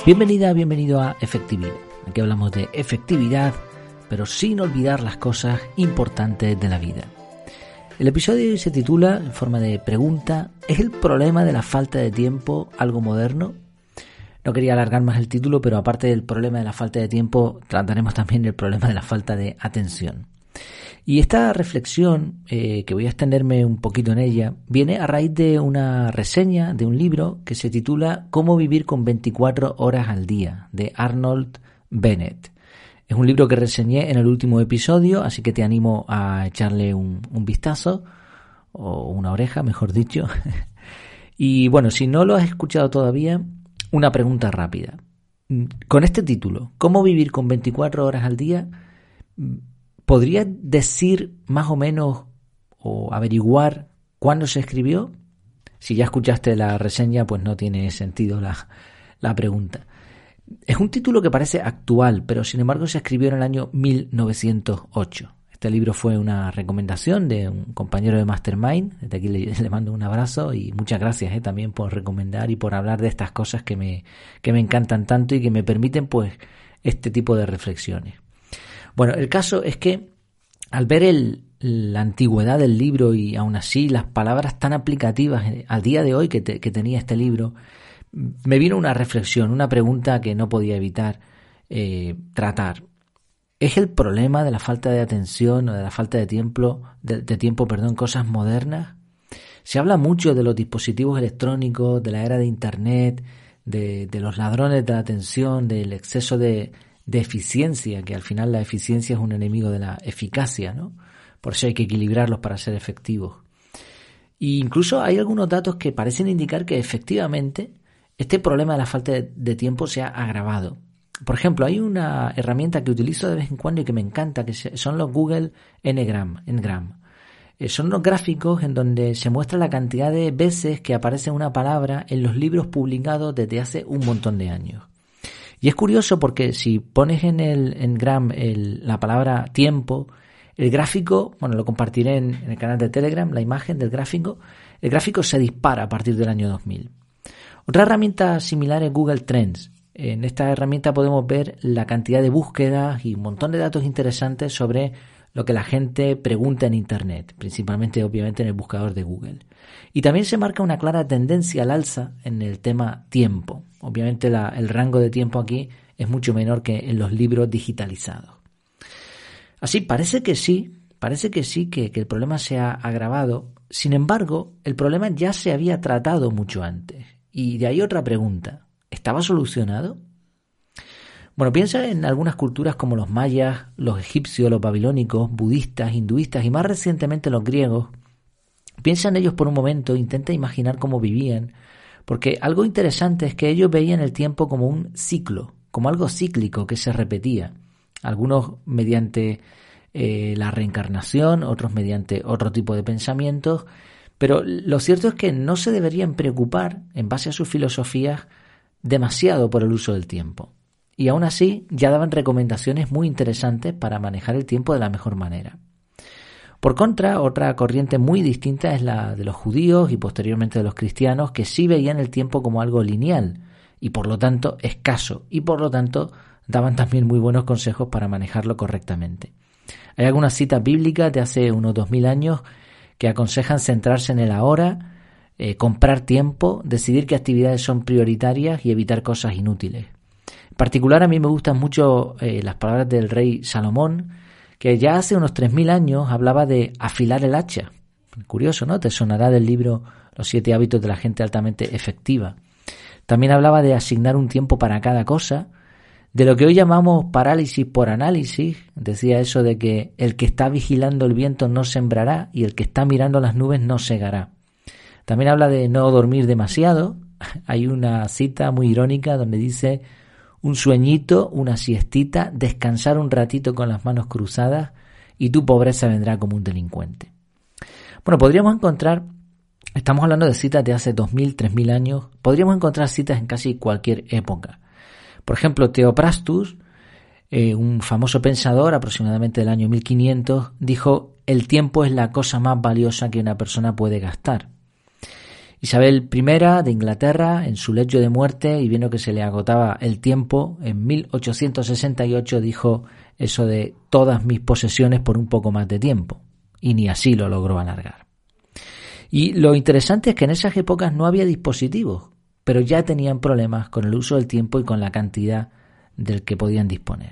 Bienvenida, bienvenido a Efectividad. Aquí hablamos de efectividad, pero sin olvidar las cosas importantes de la vida. El episodio de hoy se titula, en forma de pregunta, ¿es el problema de la falta de tiempo algo moderno? No quería alargar más el título, pero aparte del problema de la falta de tiempo, trataremos también el problema de la falta de atención. Y esta reflexión, que voy a extenderme un poquito en ella, viene a raíz de una reseña de un libro que se titula Cómo vivir con 24 horas al día, de Arnold Bennett. Es un libro que reseñé en el último episodio, así que te animo a echarle un vistazo, o una oreja, mejor dicho. Y bueno, si no lo has escuchado todavía, una pregunta rápida. Con este título, ¿Cómo vivir con 24 horas al día?, ¿podrías decir más o menos o averiguar cuándo se escribió? Si ya escuchaste la reseña, pues no tiene sentido la pregunta. Es un título que parece actual, pero sin embargo se escribió en el año 1908. Este libro fue una recomendación de un compañero de Mastermind. Desde aquí le mando un abrazo y muchas gracias también por recomendar y por hablar de estas cosas que me encantan tanto y que me permiten pues este tipo de reflexiones. Bueno, el caso es que al ver la antigüedad del libro y aún así las palabras tan aplicativas al día de hoy que tenía este libro, me vino una reflexión, una pregunta que no podía evitar tratar. ¿Es el problema de la falta de atención o de la falta de tiempo, cosas modernas? Se habla mucho de los dispositivos electrónicos, de la era de Internet, de los ladrones de la atención, del exceso de eficiencia, que al final la eficiencia es un enemigo de la eficacia, ¿no? Por eso hay que equilibrarlos para ser efectivos. E incluso hay algunos datos que parecen indicar que efectivamente este problema de la falta de tiempo se ha agravado. Por ejemplo, hay una herramienta que utilizo de vez en cuando y que me encanta, que son los Google Ngram. Son unos gráficos en donde se muestra la cantidad de veces que aparece una palabra en los libros publicados desde hace un montón de años. Y es curioso porque si pones en Ngram la palabra tiempo, el gráfico, bueno, lo compartiré en el canal de Telegram, la imagen del gráfico, el gráfico se dispara a partir del año 2000. Otra herramienta similar es Google Trends. En esta herramienta podemos ver la cantidad de búsquedas y un montón de datos interesantes sobre lo que la gente pregunta en Internet, principalmente obviamente en el buscador de Google. Y también se marca una clara tendencia al alza en el tema tiempo. Obviamente el rango de tiempo aquí es mucho menor que en los libros digitalizados. Así, parece que el problema se ha agravado. Sin embargo, el problema ya se había tratado mucho antes. Y de ahí otra pregunta. ¿Estaba solucionado? Bueno, piensa en algunas culturas como los mayas, los egipcios, los babilónicos, budistas, hinduistas y más recientemente los griegos. Piensa en ellos por un momento, intenta imaginar cómo vivían, porque algo interesante es que ellos veían el tiempo como un ciclo, como algo cíclico que se repetía. Algunos mediante la reencarnación, otros mediante otro tipo de pensamientos, pero lo cierto es que no se deberían preocupar, en base a sus filosofías, demasiado por el uso del tiempo. Y aún así ya daban recomendaciones muy interesantes para manejar el tiempo de la mejor manera. Por contra, otra corriente muy distinta es la de los judíos y posteriormente de los cristianos, que sí veían el tiempo como algo lineal y por lo tanto escaso, y por lo tanto daban también muy buenos consejos para manejarlo correctamente. Hay algunas citas bíblicas de hace unos 2000 años que aconsejan centrarse en el ahora, comprar tiempo, decidir qué actividades son prioritarias y evitar cosas inútiles. En particular a mí me gustan mucho las palabras del rey Salomón, que ya hace unos 3000 años hablaba de afilar el hacha. Curioso, ¿no? Te sonará del libro Los 7 hábitos de la gente altamente efectiva. También hablaba de asignar un tiempo para cada cosa, de lo que hoy llamamos parálisis por análisis. Decía eso de que el que está vigilando el viento no sembrará y el que está mirando las nubes no segará. También habla de no dormir demasiado. Hay una cita muy irónica donde dice: un sueñito, una siestita, descansar un ratito con las manos cruzadas y tu pobreza vendrá como un delincuente. Bueno, podríamos encontrar, estamos hablando de citas de hace 2000, 3000 años, podríamos encontrar citas en casi cualquier época. Por ejemplo, Theophrastus, un famoso pensador aproximadamente del año 1500, dijo: el tiempo es la cosa más valiosa que una persona puede gastar. Isabel I de Inglaterra, en su lecho de muerte y viendo que se le agotaba el tiempo, en 1868 dijo eso de todas mis posesiones por un poco más de tiempo, y ni así lo logró alargar. Y lo interesante es que en esas épocas no había dispositivos, pero ya tenían problemas con el uso del tiempo y con la cantidad del que podían disponer.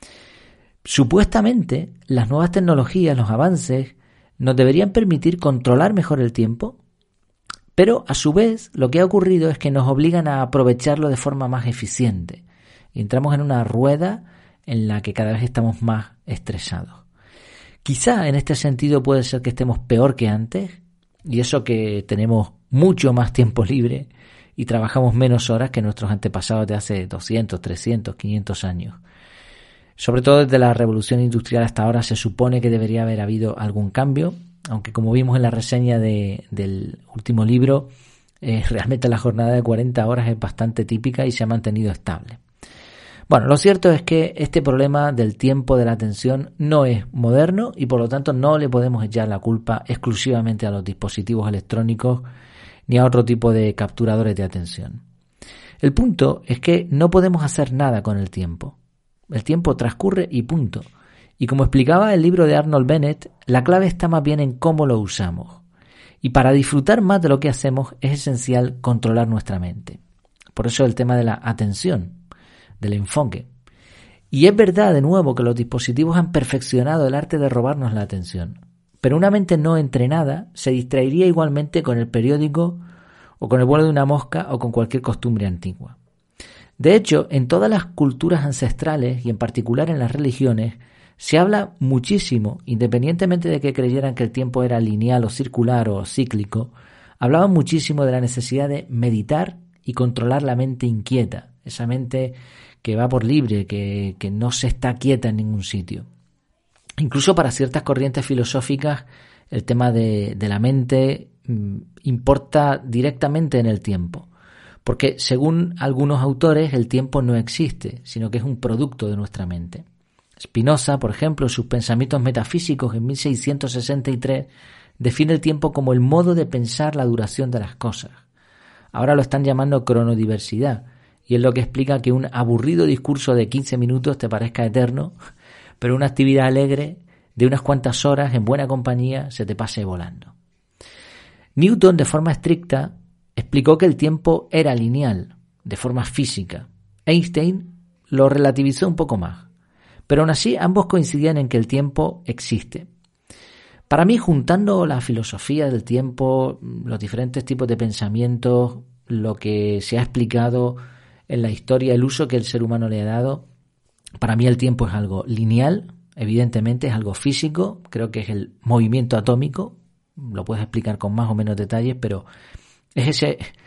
Supuestamente, las nuevas tecnologías, los avances, nos deberían permitir controlar mejor el tiempo, pero a su vez lo que ha ocurrido es que nos obligan a aprovecharlo de forma más eficiente. Y entramos en una rueda en la que cada vez estamos más estresados. Quizá en este sentido puede ser que estemos peor que antes, y eso que tenemos mucho más tiempo libre y trabajamos menos horas que nuestros antepasados de hace 200, 300, 500 años. Sobre todo desde la revolución industrial hasta ahora se supone que debería haber habido algún cambio, aunque como vimos en la reseña del último libro, realmente la jornada de 40 horas es bastante típica y se ha mantenido estable. Bueno, lo cierto es que este problema del tiempo de la atención no es moderno y por lo tanto no le podemos echar la culpa exclusivamente a los dispositivos electrónicos ni a otro tipo de capturadores de atención. El punto es que no podemos hacer nada con el tiempo. El tiempo transcurre y punto. Y como explicaba el libro de Arnold Bennett, la clave está más bien en cómo lo usamos. Y para disfrutar más de lo que hacemos es esencial controlar nuestra mente. Por eso el tema de la atención, del enfoque. Y es verdad, de nuevo, que los dispositivos han perfeccionado el arte de robarnos la atención. Pero una mente no entrenada se distraería igualmente con el periódico o con el vuelo de una mosca o con cualquier costumbre antigua. De hecho, en todas las culturas ancestrales y en particular en las religiones, se habla muchísimo, independientemente de que creyeran que el tiempo era lineal o circular o cíclico, hablaban muchísimo de la necesidad de meditar y controlar la mente inquieta, esa mente que va por libre, que no se está quieta en ningún sitio. Incluso para ciertas corrientes filosóficas, el tema de la mente importa directamente en el tiempo. Porque según algunos autores el tiempo no existe, sino que es un producto de nuestra mente. Spinoza, por ejemplo, en sus pensamientos metafísicos en 1663, define el tiempo como el modo de pensar la duración de las cosas. Ahora lo están llamando cronodiversidad, y es lo que explica que un aburrido discurso de 15 minutos te parezca eterno, pero una actividad alegre de unas cuantas horas en buena compañía se te pase volando. Newton, de forma estricta, explicó que el tiempo era lineal, de forma física. Einstein lo relativizó un poco más, pero aún así ambos coincidían en que el tiempo existe. Para mí, juntando la filosofía del tiempo, los diferentes tipos de pensamientos, lo que se ha explicado en la historia, el uso que el ser humano le ha dado, para mí el tiempo es algo lineal, evidentemente es algo físico, creo que es el movimiento atómico, lo puedes explicar con más o menos detalles, pero es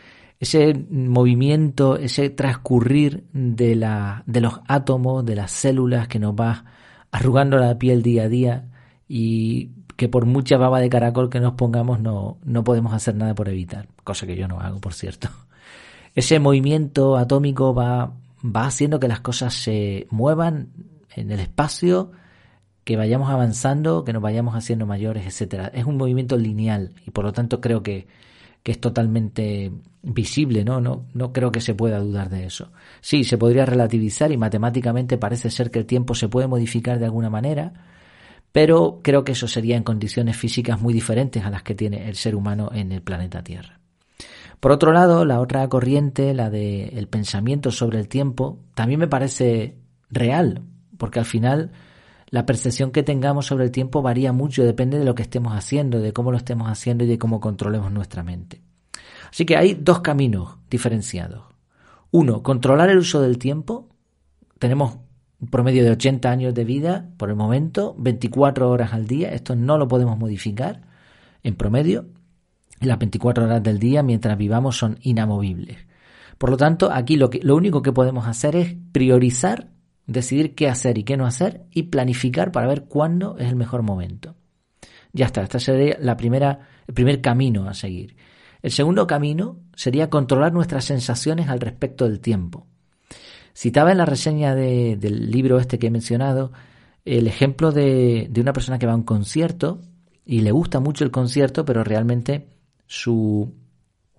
ese movimiento, ese transcurrir de los átomos, de las células que nos va arrugando la piel día a día y que por mucha baba de caracol que nos pongamos no podemos hacer nada por evitar, cosa que yo no hago, por cierto. Ese movimiento atómico va haciendo que las cosas se muevan en el espacio, que vayamos avanzando, que nos vayamos haciendo mayores, etcétera. Es un movimiento lineal y por lo tanto creo que es totalmente visible, no creo que se pueda dudar de eso. Sí, se podría relativizar y matemáticamente parece ser que el tiempo se puede modificar de alguna manera, pero creo que eso sería en condiciones físicas muy diferentes a las que tiene el ser humano en el planeta Tierra. Por otro lado, la otra corriente, la del pensamiento sobre el tiempo, también me parece real, porque al final la percepción que tengamos sobre el tiempo varía mucho, depende de lo que estemos haciendo, de cómo lo estemos haciendo y de cómo controlemos nuestra mente. Así que hay dos caminos diferenciados. Uno, controlar el uso del tiempo. Tenemos un promedio de 80 años de vida por el momento, 24 horas al día, esto no lo podemos modificar en promedio. Las 24 horas del día mientras vivamos son inamovibles. Por lo tanto, aquí lo único que podemos hacer es priorizar, decidir qué hacer y qué no hacer y planificar para ver cuándo es el mejor momento. Ya está, esta sería el primer camino a seguir. El segundo camino sería controlar nuestras sensaciones al respecto del tiempo. Citaba en la reseña del libro este que he mencionado el ejemplo de una persona que va a un concierto y le gusta mucho el concierto, pero realmente su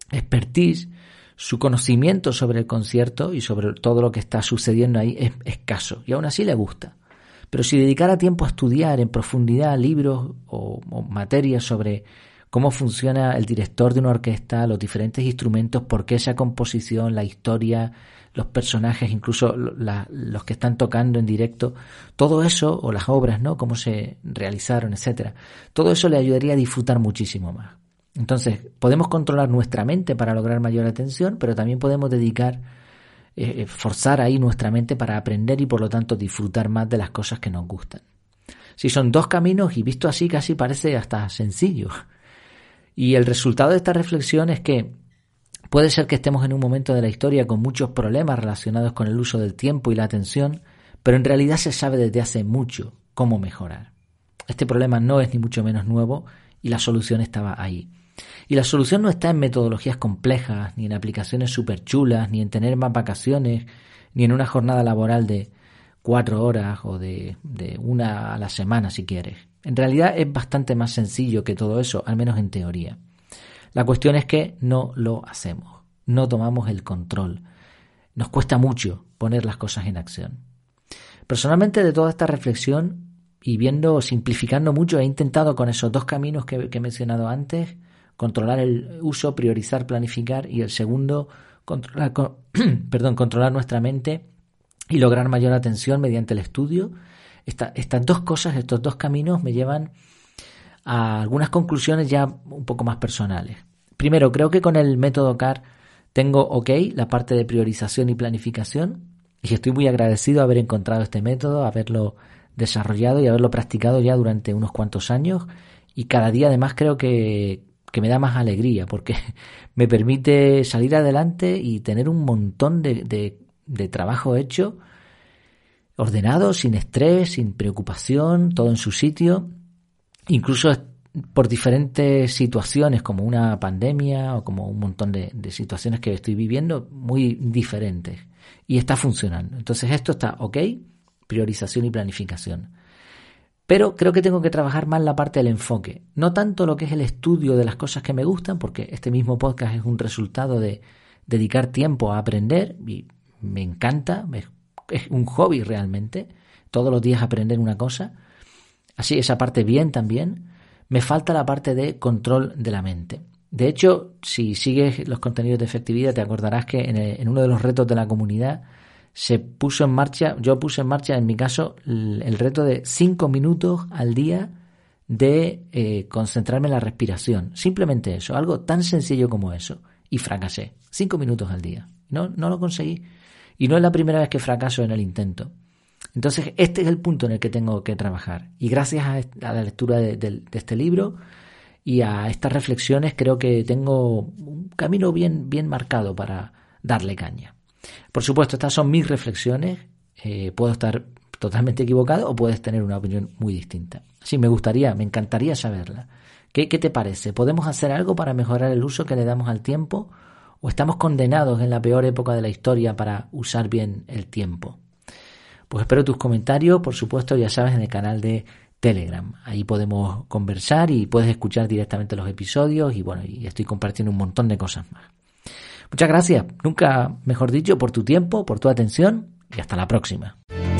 expertise, su conocimiento sobre el concierto y sobre todo lo que está sucediendo ahí es escaso, y aún así le gusta. Pero si dedicara tiempo a estudiar en profundidad libros o materias sobre cómo funciona el director de una orquesta, los diferentes instrumentos, por qué esa composición, la historia, los personajes, incluso los que están tocando en directo, todo eso, o las obras, ¿no? Cómo se realizaron, etcétera. Todo eso le ayudaría a disfrutar muchísimo más. Entonces, podemos controlar nuestra mente para lograr mayor atención, pero también podemos forzar ahí nuestra mente para aprender y por lo tanto disfrutar más de las cosas que nos gustan. Si son dos caminos y visto así casi parece hasta sencillo. Y el resultado de esta reflexión es que puede ser que estemos en un momento de la historia con muchos problemas relacionados con el uso del tiempo y la atención, pero en realidad se sabe desde hace mucho cómo mejorar. Este problema no es ni mucho menos nuevo y la solución estaba ahí. Y la solución no está en metodologías complejas, ni en aplicaciones súper chulas, ni en tener más vacaciones, ni en una jornada laboral de 4 horas o de 1 a la semana si quieres. En realidad es bastante más sencillo que todo eso, al menos en teoría. La cuestión es que no lo hacemos, no tomamos el control. Nos cuesta mucho poner las cosas en acción. Personalmente, de toda esta reflexión y simplificando mucho, he intentado con esos dos caminos que he mencionado antes, controlar el uso, priorizar, planificar, y el segundo, controlar nuestra mente y lograr mayor atención mediante el estudio. Estas dos cosas, estos dos caminos me llevan a algunas conclusiones ya un poco más personales. Primero, creo que con el método CAR tengo la parte de priorización y planificación, y estoy muy agradecido de haber encontrado este método, haberlo desarrollado y haberlo practicado ya durante unos cuantos años, y cada día además creo que me da más alegría porque me permite salir adelante y tener un montón de trabajo hecho, ordenado, sin estrés, sin preocupación, todo en su sitio, incluso por diferentes situaciones como una pandemia o como un montón de situaciones que estoy viviendo muy diferentes, y está funcionando. Entonces esto está priorización y planificación. Pero creo que tengo que trabajar más la parte del enfoque, no tanto lo que es el estudio de las cosas que me gustan, porque este mismo podcast es un resultado de dedicar tiempo a aprender y me encanta, es un hobby realmente, todos los días aprender una cosa. Así, esa parte bien también. Me falta la parte de control de la mente. De hecho, si sigues los contenidos de efectividad, te acordarás que en uno de los retos de la comunidad yo puse en marcha en mi caso el reto de 5 minutos al día de concentrarme en la respiración. Simplemente eso, algo tan sencillo como eso. Y fracasé. 5 minutos al día. No lo conseguí. Y no es la primera vez que fracaso en el intento. Entonces, este es el punto en el que tengo que trabajar. Y gracias a la lectura de este libro y a estas reflexiones, creo que tengo un camino bien marcado para darle caña. Por supuesto, estas son mis reflexiones. Puedo estar totalmente equivocado o puedes tener una opinión muy distinta. Sí, me encantaría saberla. ¿Qué te parece? ¿Podemos hacer algo para mejorar el uso que le damos al tiempo? ¿O estamos condenados en la peor época de la historia para usar bien el tiempo? Pues espero tus comentarios, por supuesto, ya sabes, en el canal de Telegram. Ahí podemos conversar y puedes escuchar directamente los episodios y estoy compartiendo un montón de cosas más. Muchas gracias, nunca mejor dicho, por tu tiempo, por tu atención y hasta la próxima.